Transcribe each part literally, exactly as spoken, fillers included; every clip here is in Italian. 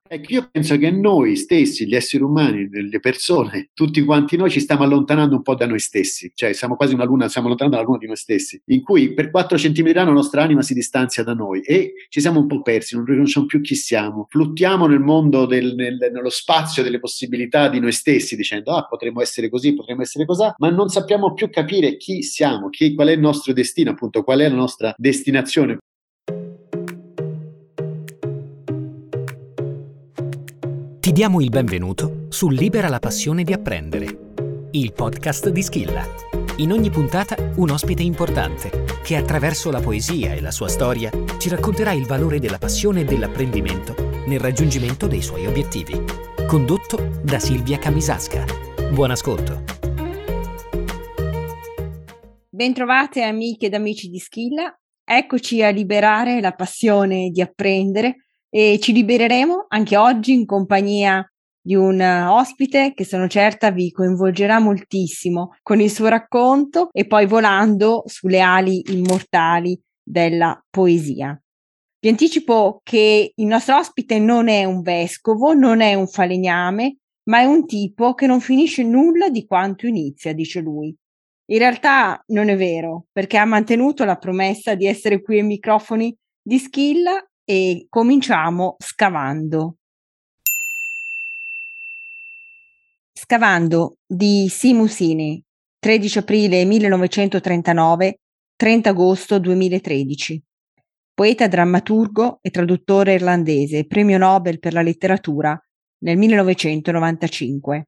Ecco, io penso che noi stessi, gli esseri umani, le persone, tutti quanti noi ci stiamo allontanando un po' da noi stessi, cioè siamo quasi una luna, stiamo allontanando dalla luna di noi stessi, in cui per quattro centimetri l'anno la nostra anima si distanzia da noi e ci siamo un po' persi, non riconosciamo più chi siamo, fluttiamo nel mondo, del, nel, nello spazio delle possibilità di noi stessi, dicendo ah, potremmo essere così, potremmo essere così, ma non sappiamo più capire chi siamo, chi, qual è il nostro destino, appunto, qual è la nostra destinazione. Ti diamo il benvenuto su Libera la passione di apprendere, il podcast di Schilla. In ogni puntata un ospite importante che attraverso la poesia e la sua storia ci racconterà il valore della passione e dell'apprendimento nel raggiungimento dei suoi obiettivi. Condotto da Silvia Camisasca. Buon ascolto. Bentrovate amiche ed amici di Schilla. Eccoci a liberare la passione di apprendere. E ci libereremo anche oggi in compagnia di un ospite che sono certa vi coinvolgerà moltissimo con il suo racconto e poi volando sulle ali immortali della poesia. Vi anticipo che il nostro ospite non è un vescovo, non è un falegname, ma è un tipo che non finisce nulla di quanto inizia, dice lui. In realtà non è vero, perché ha mantenuto la promessa di essere qui ai microfoni di Schilla. E cominciamo scavando. Scavando di Seamus Heaney, tredici aprile millenovecentotrentanove, trenta agosto duemilatredici. Poeta, drammaturgo e traduttore irlandese, premio Nobel per la letteratura nel millenovecentonovantacinque.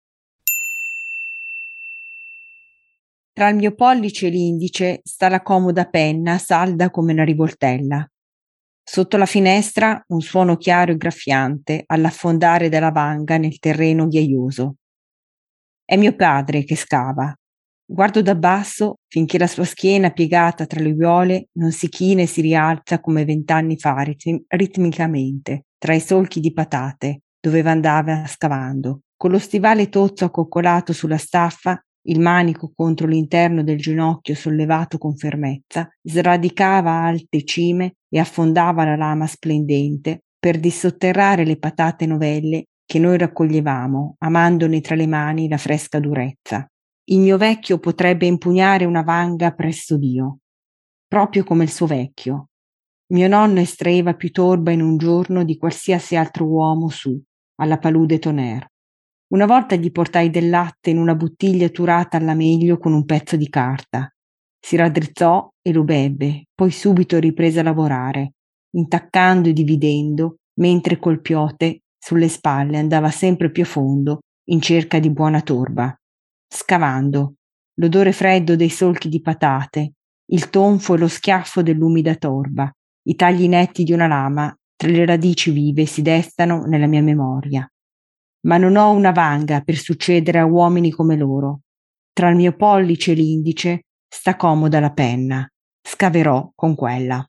Tra il mio pollice e l'indice sta la comoda penna salda come una rivoltella. Sotto la finestra un suono chiaro e graffiante all'affondare della vanga nel terreno ghiaioso. È mio padre che scava. Guardo da basso finché la sua schiena piegata tra le aiuole non si china e si rialza come vent'anni fa ritm- ritmicamente tra i solchi di patate dove andava scavando. Con lo stivale tozzo accoccolato sulla staffa, il manico contro l'interno del ginocchio sollevato con fermezza, sradicava alte cime e affondava la lama splendente per dissotterrare le patate novelle che noi raccoglievamo, amandone tra le mani la fresca durezza. Il mio vecchio potrebbe impugnare una vanga presso Dio, proprio come il suo vecchio. Mio nonno estraeva più torba in un giorno di qualsiasi altro uomo su, alla palude Tonnerre. Una volta gli portai del latte in una bottiglia turata alla meglio con un pezzo di carta. Si raddrizzò e lo bevve, poi subito riprese a lavorare, intaccando e dividendo, mentre col piote sulle spalle andava sempre più a fondo in cerca di buona torba. Scavando, l'odore freddo dei solchi di patate, il tonfo e lo schiaffo dell'umida torba, i tagli netti di una lama tra le radici vive si destano nella mia memoria. Ma non ho una vanga per succedere a uomini come loro. Tra il mio pollice e l'indice sta comoda la penna. Scaverò con quella.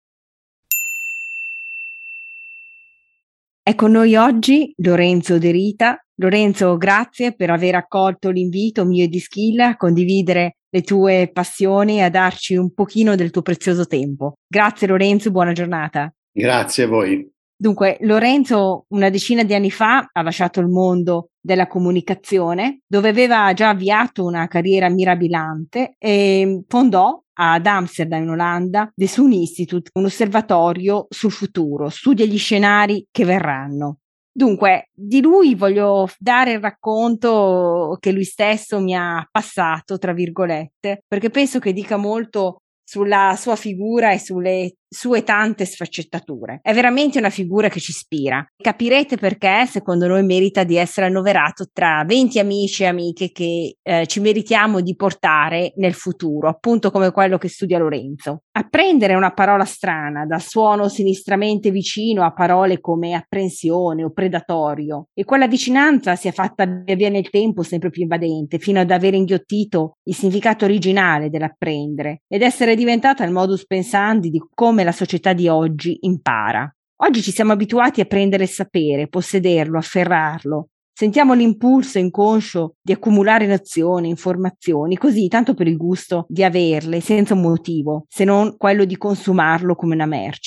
È con noi oggi Lorenzo De Rita. Lorenzo, grazie per aver accolto l'invito mio e di Schilla a condividere le tue passioni e a darci un pochino del tuo prezioso tempo. Grazie Lorenzo, buona giornata. Grazie a voi. Dunque, Lorenzo una decina di anni fa ha lasciato il mondo della comunicazione, dove aveva già avviato una carriera mirabilante e fondò ad Amsterdam in Olanda The Sun Institute, un osservatorio sul futuro, studia gli scenari che verranno. Dunque, di lui voglio dare il racconto che lui stesso mi ha passato, tra virgolette, perché penso che dica molto sulla sua figura e sulle sue tante sfaccettature. È veramente una figura che ci ispira. Capirete perché, secondo noi, merita di essere annoverato tra venti amici e amiche che eh, ci meritiamo di portare nel futuro, appunto come quello che studia Lorenzo. Apprendere è una parola strana, dal suono sinistramente vicino a parole come apprensione o predatorio, e quella vicinanza si è fatta via via nel tempo sempre più invadente, fino ad aver inghiottito il significato originale dell'apprendere ed essere diventata il modus pensandi di come la società di oggi impara. Oggi ci siamo abituati a prendere il sapere, possederlo, afferrarlo. Sentiamo l'impulso inconscio di accumulare nozioni, informazioni, così tanto per il gusto di averle senza un motivo, se non quello di consumarlo come una merce.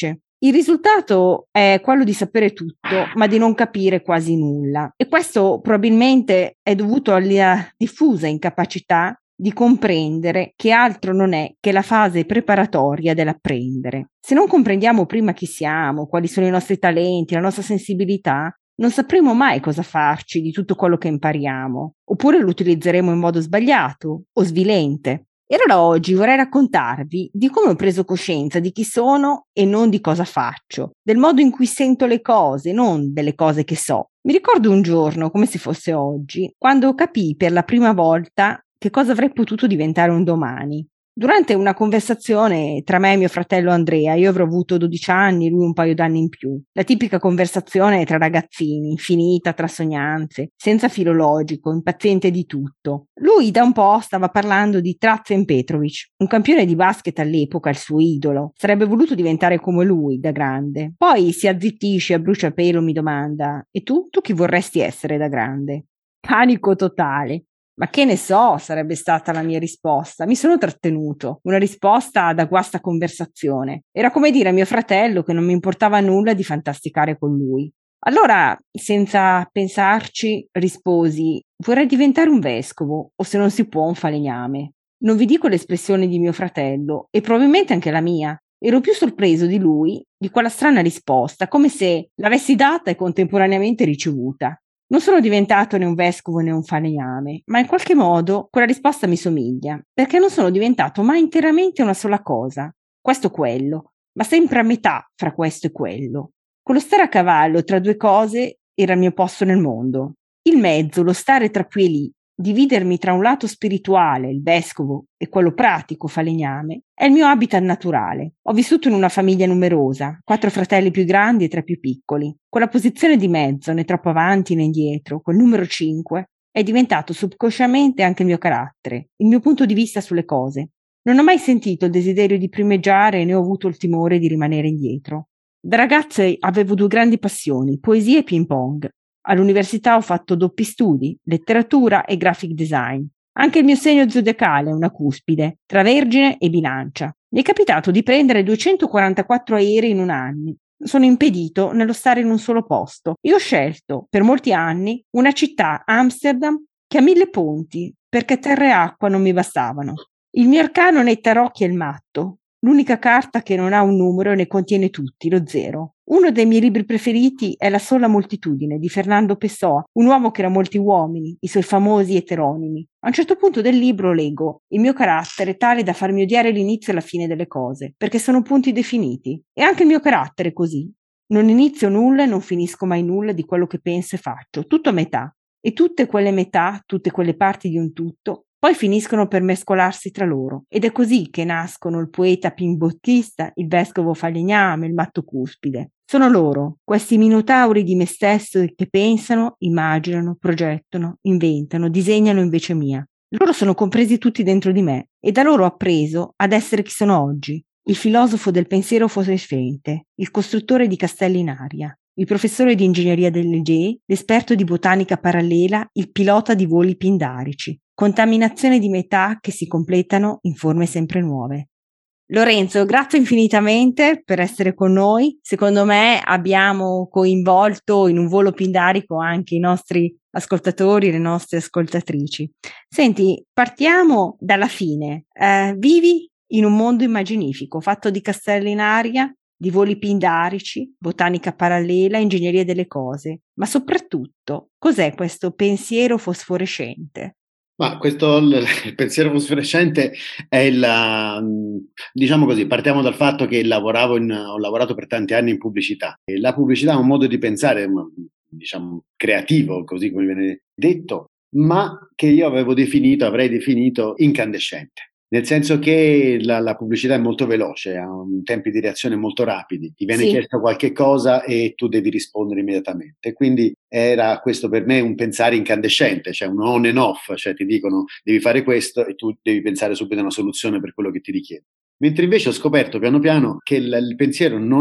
Il risultato è quello di sapere tutto, ma di non capire quasi nulla. E questo probabilmente è dovuto alla diffusa incapacità di comprendere che altro non è che la fase preparatoria dell'apprendere. Se non comprendiamo prima chi siamo, quali sono i nostri talenti, la nostra sensibilità, non sapremo mai cosa farci di tutto quello che impariamo, oppure lo utilizzeremo in modo sbagliato o svilente. E allora oggi vorrei raccontarvi di come ho preso coscienza di chi sono e non di cosa faccio, del modo in cui sento le cose, non delle cose che so. Mi ricordo un giorno, come se fosse oggi, quando capii per la prima volta che cosa avrei potuto diventare un domani. Durante una conversazione tra me e mio fratello Andrea, io avrò avuto dodici anni, lui un paio d'anni in più. La tipica conversazione tra ragazzini, finita tra sognanze, senza filologico, impaziente di tutto. Lui da un po' stava parlando di Drazen Petrovic, un campione di basket all'epoca, il suo idolo. Sarebbe voluto diventare come lui da grande. Poi si azzittisce, a bruciapelo mi domanda: e tu? Tu chi vorresti essere da grande? Panico totale. Ma che ne so, sarebbe stata la mia risposta. Mi sono trattenuto. Una risposta da guasta conversazione. Era come dire a mio fratello che non mi importava nulla di fantasticare con lui. Allora, senza pensarci, risposi: vorrei diventare un vescovo, o se non si può un falegname. Non vi dico l'espressione di mio fratello, e probabilmente anche la mia. Ero più sorpreso di lui, di quella strana risposta, come se l'avessi data e contemporaneamente ricevuta. Non sono diventato né un vescovo né un falegname, ma in qualche modo quella risposta mi somiglia, perché non sono diventato mai interamente una sola cosa, questo o quello, ma sempre a metà fra questo e quello. Quello stare a cavallo tra due cose era il mio posto nel mondo. Il mezzo, lo stare tra qui e lì, dividermi tra un lato spirituale, il vescovo, e quello pratico, falegname, è il mio habitat naturale. Ho vissuto in una famiglia numerosa, quattro fratelli più grandi e tre più piccoli. Quella posizione di mezzo, né troppo avanti né indietro, quel numero cinque, è diventato subconsciamente anche il mio carattere, il mio punto di vista sulle cose. Non ho mai sentito il desiderio di primeggiare né ho avuto il timore di rimanere indietro. Da ragazza avevo due grandi passioni, poesia e ping pong. All'università ho fatto doppi studi, letteratura e graphic design. Anche il mio segno zodiacale è una cuspide, tra Vergine e Bilancia. Mi è capitato di prendere duecentoquarantaquattro aerei in un anno. Sono impedito nello stare in un solo posto e ho scelto, per molti anni, una città, Amsterdam, che ha mille ponti, perché terra e acqua non mi bastavano. Il mio arcano nei tarocchi è il matto, l'unica carta che non ha un numero e ne contiene tutti, lo zero. Uno dei miei libri preferiti è La sola moltitudine di Fernando Pessoa, un uomo che era molti uomini, i suoi famosi eteronimi. A un certo punto del libro leggo: il mio carattere è tale da farmi odiare l'inizio e la fine delle cose, perché sono punti definiti. E anche il mio carattere è così. Non inizio nulla e non finisco mai nulla di quello che penso e faccio, tutto a metà. E tutte quelle metà, tutte quelle parti di un tutto, poi finiscono per mescolarsi tra loro, ed è così che nascono il poeta pimbottista, il vescovo falegname, il matto cuspide. Sono loro, questi minotauri di me stesso che pensano, immaginano, progettano, inventano, disegnano invece mia. Loro sono compresi tutti dentro di me, e da loro ho appreso ad essere chi sono oggi, il filosofo del pensiero fosforescente, il costruttore di castelli in aria, il professore di ingegneria delle G E, l'esperto di botanica parallela, il pilota di voli pindarici. Contaminazione di metà che si completano in forme sempre nuove. Lorenzo, grazie infinitamente per essere con noi. Secondo me abbiamo coinvolto in un volo pindarico anche i nostri ascoltatori e le nostre ascoltatrici. Senti, partiamo dalla fine. Eh, vivi in un mondo immaginifico, fatto di castelli in aria, di voli pindarici, botanica parallela, ingegneria delle cose, ma soprattutto cos'è questo pensiero fosforescente? Ma questo, il pensiero fosforescente è la, diciamo così, partiamo dal fatto che lavoravo in, ho lavorato per tanti anni in pubblicità. E la pubblicità è un modo di pensare, diciamo, creativo, così come viene detto, ma che io avevo definito, avrei definito incandescente. Nel senso che la, la pubblicità è molto veloce, ha un tempi di reazione molto rapidi, ti viene sì. chiesto qualche cosa e tu devi rispondere immediatamente. Quindi era questo per me un pensare incandescente, cioè un on and off, cioè ti dicono devi fare questo e tu devi pensare subito a una soluzione per quello che ti richiedono. Mentre invece ho scoperto piano piano che il, il pensiero non è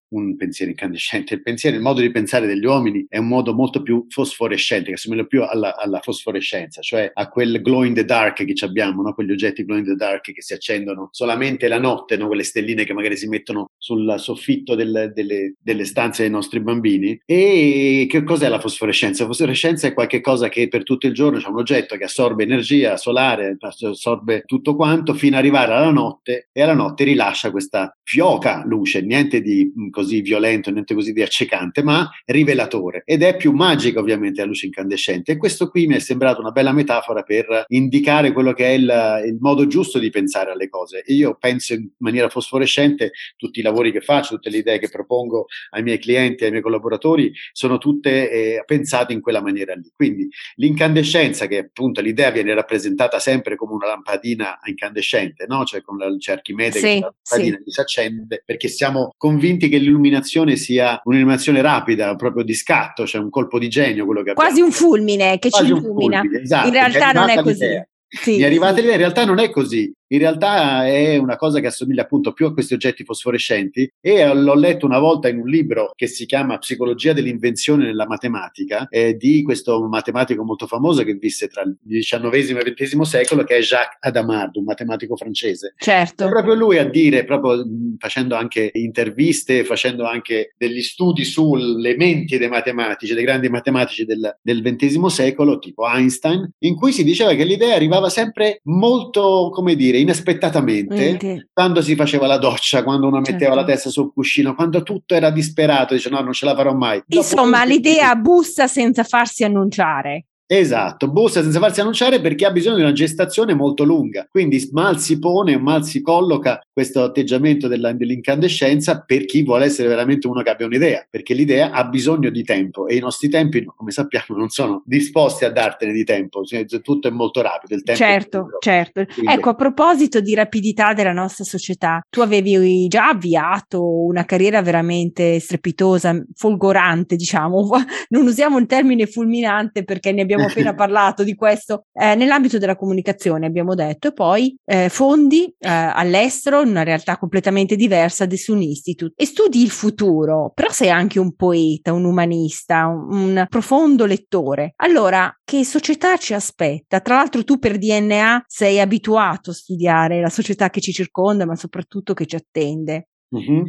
un pensiero incandescente. Il pensiero, il modo di pensare degli uomini è un modo molto più fosforescente, che assomiglia più alla, alla fosforescenza, cioè a quel glow in the dark che abbiamo, no? Quegli oggetti glow in the dark che si accendono solamente la notte, no? Quelle stelline che magari si mettono sul soffitto del, delle, delle stanze dei nostri bambini. E che cos'è la fosforescenza? La fosforescenza è qualche cosa che per tutto il giorno c'è un oggetto che assorbe energia solare, assorbe tutto quanto fino ad arrivare alla notte, e alla notte rilascia questa fioca luce, niente di così violento, niente così di accecante, ma rivelatore, ed è più magica ovviamente la luce incandescente. E questo qui mi è sembrato una bella metafora per indicare quello che è il, il modo giusto di pensare alle cose. E io penso in maniera fosforescente. Tutti i lavori che faccio, tutte le idee che propongo ai miei clienti, ai miei collaboratori, sono tutte eh, pensate in quella maniera lì. Quindi l'incandescenza, che appunto l'idea viene rappresentata sempre come una lampadina incandescente, no? Cioè con la, c'è Archimede, sì, che c'è la lampadina sì, che si accende, perché siamo convinti che l'illuminazione sia un'illuminazione rapida, proprio di scatto, cioè un colpo di genio, quello che quasi abbiamo. un fulmine che quasi ci illumina. Fulmine, esatto, in realtà non è così. Sì, mi è arrivata sì. l'idea, in realtà non è così. In realtà è una cosa che assomiglia appunto più a questi oggetti fosforescenti, e l'ho letto una volta in un libro che si chiama Psicologia dell'invenzione nella matematica, eh, di questo matematico molto famoso che visse tra il diciannovesimo e il ventesimo secolo, che è Jacques Hadamard, un matematico francese. Certo. È proprio lui a dire, proprio mh, facendo anche interviste, facendo anche degli studi sulle menti dei matematici, dei grandi matematici del, del ventesimo secolo, tipo Einstein, in cui si diceva che l'idea arrivava sempre molto, come dire, inaspettatamente, Niente. quando si faceva la doccia, quando uno metteva certo. la testa sul cuscino, quando tutto era disperato, dice no, non ce la farò mai. Insomma, Dopo l'idea bussa senza farsi annunciare. Esatto, bussa senza farsi annunciare, perché ha bisogno di una gestazione molto lunga, quindi mal si pone, mal si colloca questo atteggiamento della, dell'incandescenza per chi vuole essere veramente uno che abbia un'idea, perché l'idea ha bisogno di tempo, e i nostri tempi, come sappiamo, non sono disposti a dartene di tempo, cioè, tutto è molto rapido, il tempo certo, è certo. Quindi... Ecco, a proposito di rapidità della nostra società, tu avevi già avviato una carriera veramente strepitosa, folgorante, diciamo, non usiamo il termine fulminante perché ne abbiamo appena parlato di questo, eh, nell'ambito della comunicazione abbiamo detto, e poi eh, fondi eh, all'estero in una realtà completamente diversa, The Sun Institute, e studi il futuro, però sei anche un poeta, un umanista, un, un profondo lettore. Allora, che società ci aspetta? Tra l'altro tu per D N A sei abituato a studiare la società che ci circonda, ma soprattutto che ci attende. Mm-hmm.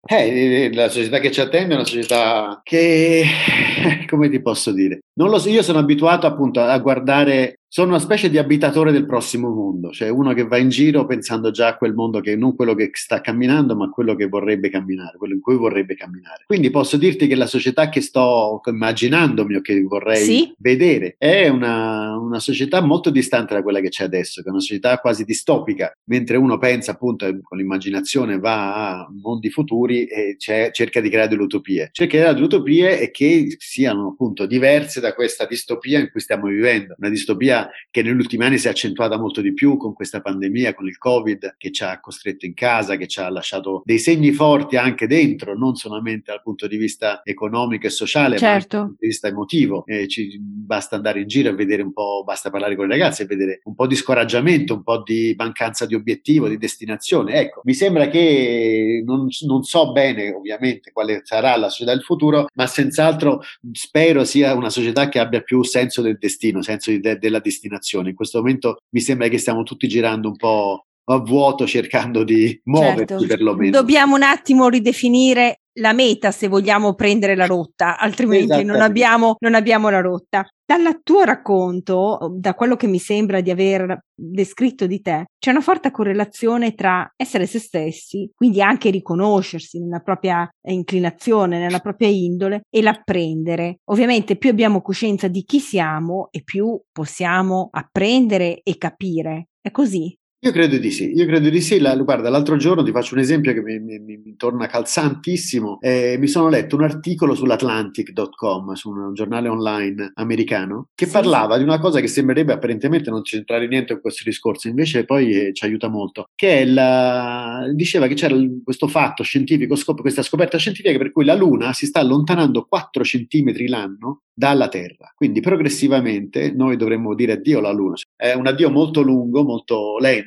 Eh, la società che ci attende è una società che, come ti posso dire? Non lo so, io sono abituato appunto a guardare, sono una specie di abitatore del prossimo mondo, cioè uno che va in giro pensando già a quel mondo, che non quello che sta camminando, ma quello che vorrebbe camminare, quello in cui vorrebbe camminare. Quindi posso dirti che la società che sto immaginandomi o che vorrei sì? vedere è una, una società molto distante da quella che c'è adesso, che è una società quasi distopica, mentre uno pensa appunto con l'immaginazione va a mondi futuri e c'è, cerca di creare delle utopie. Cerca di creare delle utopie e che siano appunto diverse da questa distopia in cui stiamo vivendo, una distopia che negli ultimi anni si è accentuata molto di più con questa pandemia, con il Covid, che ci ha costretto in casa, che ci ha lasciato dei segni forti anche dentro, non solamente dal punto di vista economico e sociale, certo. ma anche dal punto di vista emotivo. Eh, ci basta andare in giro e vedere un po', basta parlare con i ragazzi e vedere un po' di scoraggiamento, un po' di mancanza di obiettivo, di destinazione. Ecco, mi sembra che non, non so bene ovviamente quale sarà la società del futuro, ma senz'altro spero sia una società che abbia più senso del destino, senso di de- della destinazione. In questo momento mi sembra che stiamo tutti girando un po' a vuoto, cercando di muoverci, certo. perlomeno. Dobbiamo un attimo ridefinire la meta se vogliamo prendere la rotta, altrimenti non abbiamo, non abbiamo la rotta. Dal tuo racconto, da quello che mi sembra di aver descritto di te, c'è una forte correlazione tra essere se stessi, quindi anche riconoscersi nella propria inclinazione, nella propria indole, e l'apprendere. Ovviamente più abbiamo coscienza di chi siamo e più possiamo apprendere e capire. È così? Io credo di sì, io credo di sì. La, guarda, l'altro giorno ti faccio un esempio che mi, mi, mi torna calzantissimo. Eh, mi sono letto un articolo sull'Atlantic punto com, su un giornale online americano, che sì. parlava di una cosa che sembrerebbe apparentemente non c'entrare niente con questo discorso, invece poi eh, ci aiuta molto, che è la, diceva che c'era questo fatto scientifico, scop- questa scoperta scientifica per cui la Luna si sta allontanando quattro centimetri l'anno dalla Terra, quindi progressivamente noi dovremmo dire addio alla Luna. È un addio molto lungo, molto lento,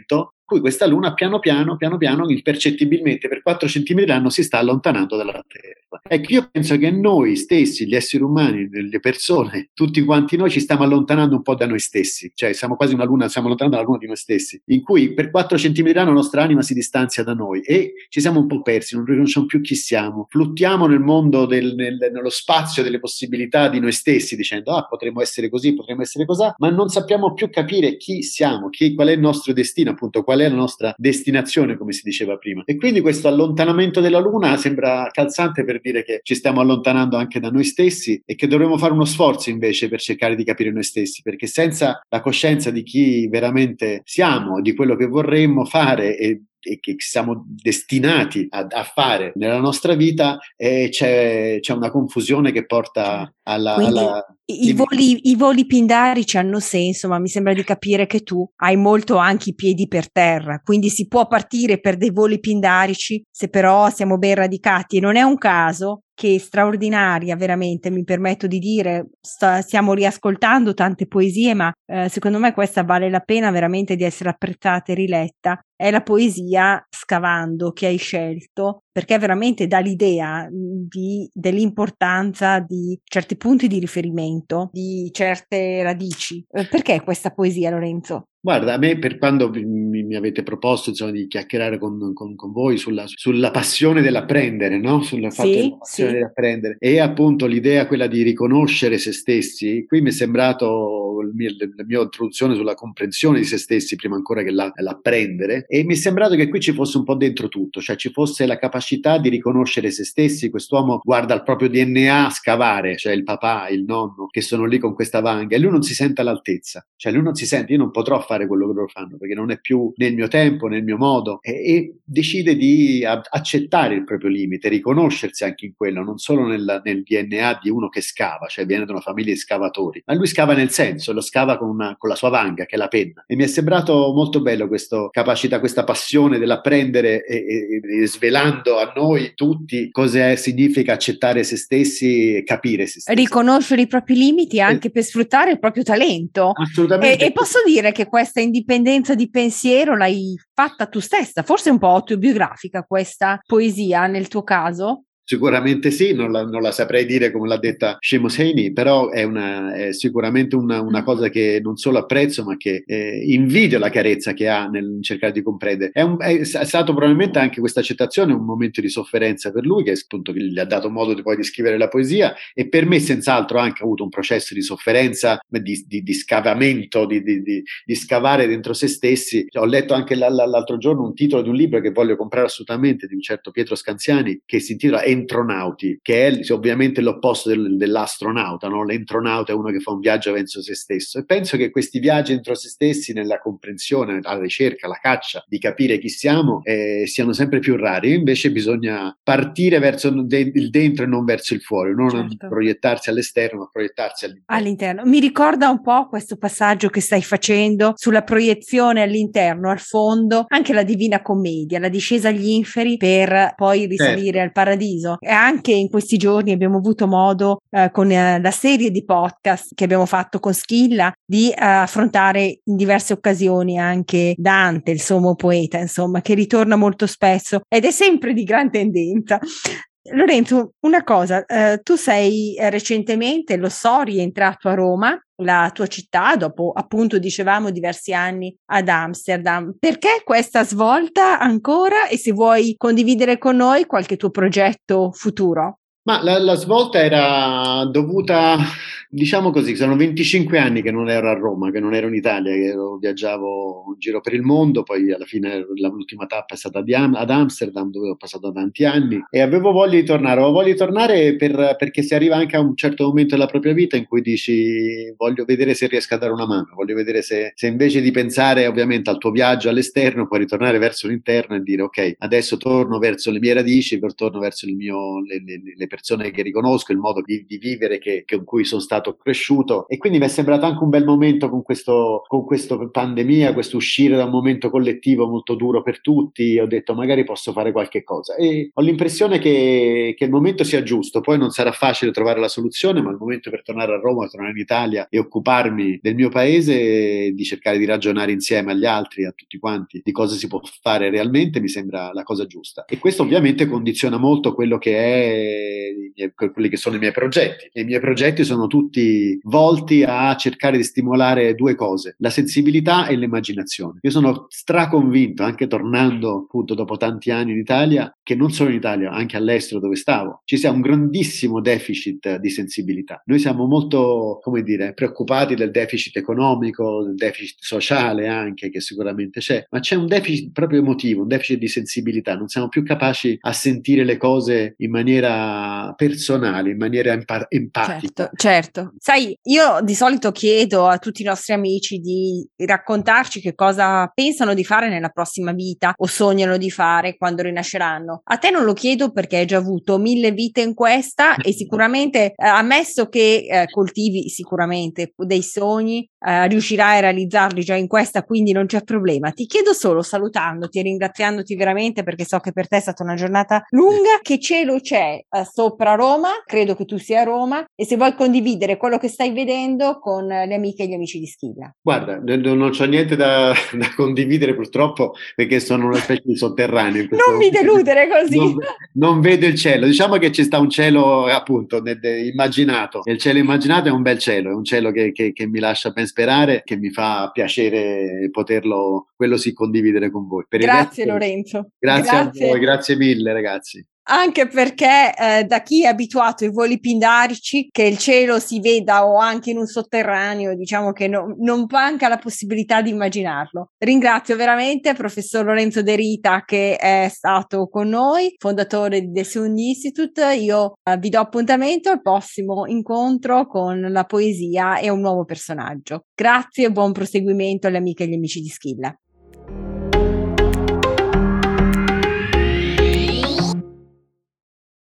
cui questa luna piano piano, piano piano, impercettibilmente per quattro centimetri l'anno si sta allontanando dalla Terra. Ecco, io penso che noi stessi, gli esseri umani, le persone, tutti quanti noi ci stiamo allontanando un po' da noi stessi, cioè siamo quasi una luna, stiamo allontanando dalla luna di noi stessi, in cui per quattro centimetri l'anno la nostra anima si distanzia da noi e ci siamo un po' persi, non riconosciamo più chi siamo, fluttiamo nel mondo, del, nel, nello spazio delle possibilità di noi stessi, dicendo ah, potremmo essere così, potremmo essere così, ma non sappiamo più capire chi siamo, chi, qual è il nostro destino, appunto, qual è la nostra destinazione, come si diceva prima. E quindi questo allontanamento della luna sembra calzante per dire che ci stiamo allontanando anche da noi stessi e che dovremmo fare uno sforzo invece per cercare di capire noi stessi, perché senza la coscienza di chi veramente siamo, di quello che vorremmo fare e e che siamo destinati a, a fare nella nostra vita, eh, c'è, c'è una confusione che porta alla... alla... I voli, I voli pindarici hanno senso, ma mi sembra di capire che tu hai molto anche i piedi per terra, quindi si può partire per dei voli pindarici se però siamo ben radicati, e non è un caso che straordinaria, veramente, mi permetto di dire, sta, stiamo riascoltando tante poesie, ma eh, secondo me questa vale la pena veramente di essere apprezzata e riletta, è la poesia Scavando che hai scelto, perché veramente dà l'idea di, dell'importanza di certi punti di riferimento, di certe radici. Eh, perché questa poesia, Lorenzo? Guarda, a me per quando mi, mi avete proposto insomma, di chiacchierare con, con, con voi sulla, sulla passione dell'apprendere, no? Sul fatto sì, della passione sì. dell'apprendere e appunto l'idea quella di riconoscere se stessi, qui mi è sembrato il mio, la mia introduzione sulla comprensione di se stessi prima ancora che la, l'apprendere, e mi è sembrato che qui ci fosse un po' dentro tutto, cioè ci fosse la capacità di riconoscere se stessi. Quest'uomo guarda il proprio D N A scavare, cioè il papà, il nonno che sono lì con questa vanga, e lui non si sente all'altezza, cioè lui non si sente, io non potrò fare quello che loro fanno perché non è più nel mio tempo, nel mio modo, e, e decide di a, accettare il proprio limite, riconoscersi anche in quello, non solo nel, nel D N A di uno che scava, cioè viene da una famiglia di scavatori, ma lui scava nel senso, lo scava con, una, con la sua vanga che è la penna, e mi è sembrato molto bello questa capacità, questa passione dell'apprendere e, e, e svelando a noi tutti cosa significa accettare se stessi e capire se stessi, riconoscere i propri limiti anche eh, per sfruttare il proprio talento. Assolutamente. E, e posso dire che questa indipendenza di pensiero l'hai fatta tu stessa, forse un po' autobiografica questa poesia nel tuo caso? Sicuramente sì, non la, non la saprei dire come l'ha detta Seamus Heaney, però è, una, è sicuramente una, una cosa che non solo apprezzo, ma che eh, invidio la chiarezza che ha nel cercare di comprendere. È, un, è stato probabilmente anche questa accettazione un momento di sofferenza per lui, che appunto gli ha dato modo di poi di scrivere la poesia, e per me senz'altro ha anche avuto un processo di sofferenza, di, di, di scavamento, di, di, di, di scavare dentro se stessi. Ho letto anche l'altro giorno un titolo di un libro che voglio comprare assolutamente, di un certo Pietro Scanziani, che si intitola Entronauti, che è ovviamente l'opposto del, dell'astronauta, no? L'entronauta è uno che fa un viaggio verso se stesso, e penso che questi viaggi dentro se stessi, nella comprensione, alla ricerca, alla caccia di capire chi siamo, eh, siano sempre più rari. Invece bisogna partire verso de- il dentro e non verso il fuori, non certo. proiettarsi all'esterno, ma proiettarsi all'interno. all'interno. Mi ricorda un po' questo passaggio che stai facendo sulla proiezione all'interno, al fondo, anche la Divina Commedia, la discesa agli inferi per poi risalire certo. al paradiso. E anche in questi giorni abbiamo avuto modo eh, con eh, la serie di podcast che abbiamo fatto con Schilla di eh, affrontare in diverse occasioni anche Dante, il sommo poeta, insomma, che ritorna molto spesso ed è sempre di gran tendenza. Lorenzo, una cosa, eh, tu sei eh, recentemente, lo so, rientrato a Roma, la tua città, dopo appunto dicevamo diversi anni ad Amsterdam. Perché questa svolta ancora, e se vuoi condividere con noi qualche tuo progetto futuro? Ma la, la svolta era dovuta, diciamo così, sono venticinque anni che non ero a Roma, che non ero in Italia, che ero, viaggiavo in giro per il mondo, poi alla fine l'ultima tappa è stata ad Amsterdam, dove ho passato tanti anni, e avevo voglia di tornare, avevo voglia di tornare per, perché si arriva anche a un certo momento della propria vita in cui dici voglio vedere se riesco a dare una mano, voglio vedere se, se invece di pensare ovviamente al tuo viaggio all'esterno puoi ritornare verso l'interno e dire ok, adesso torno verso le mie radici, torno verso il mio, le, le, le persone che riconosco, il modo di, di vivere che, che, con cui sono stato stato cresciuto, e quindi mi è sembrato anche un bel momento con questo, con questo pandemia, questo uscire da un momento collettivo molto duro per tutti. Ho detto magari posso fare qualche cosa e ho l'impressione che, che il momento sia giusto. Poi non sarà facile trovare la soluzione, ma il momento per tornare a Roma, tornare in Italia e occuparmi del mio paese e di cercare di ragionare insieme agli altri, a tutti quanti, di cosa si può fare realmente, mi sembra la cosa giusta. E questo ovviamente condiziona molto quello che è, quelli che sono i miei progetti. E i miei progetti sono tutti volti a cercare di stimolare due cose: la sensibilità e l'immaginazione. Io sono straconvinto, anche tornando appunto dopo tanti anni in Italia, che non solo in Italia, anche all'estero dove stavo, ci sia un grandissimo deficit di sensibilità. Noi siamo molto, come dire, preoccupati del deficit economico, del deficit sociale anche, che sicuramente c'è, ma c'è un deficit proprio emotivo, un deficit di sensibilità. Non siamo più capaci a sentire le cose in maniera personale, in maniera empa- empatica. Certo, certo. Sai, io di solito chiedo a tutti i nostri amici di raccontarci che cosa pensano di fare nella prossima vita o sognano di fare quando rinasceranno. A te non lo chiedo perché hai già avuto mille vite in questa e sicuramente, eh, ammesso che eh, coltivi sicuramente dei sogni, eh, riuscirai a realizzarli già in questa, quindi non c'è problema. Ti chiedo solo, salutandoti e ringraziandoti veramente, perché so che per te è stata una giornata lunga, che cielo c'è eh, sopra Roma? Credo che tu sia a Roma, e se vuoi condividere quello che stai vedendo con le amiche e gli amici di Schilla. Guarda, non, non c'ho niente da, da condividere purtroppo, perché sono una specie di sotterraneo. In questo Non mi deludere così. Non, non vedo il cielo. Diciamo che ci sta un cielo appunto de, de, immaginato. E il cielo immaginato è un bel cielo, è un cielo che, che, che mi lascia ben sperare, che mi fa piacere poterlo, quello sì, condividere con voi. Per Grazie il resto, Lorenzo. Grazie, Grazie. a voi, grazie mille ragazzi. Anche perché eh, da chi è abituato ai voli pindarici, che il cielo si veda o anche in un sotterraneo, diciamo che no, non manca la possibilità di immaginarlo. Ringrazio veramente il professor Lorenzo De Rita, che è stato con noi, fondatore di The Sound Institute. Io eh, vi do appuntamento al prossimo incontro con la poesia e un nuovo personaggio. Grazie e buon proseguimento alle amiche e agli amici di Schilla.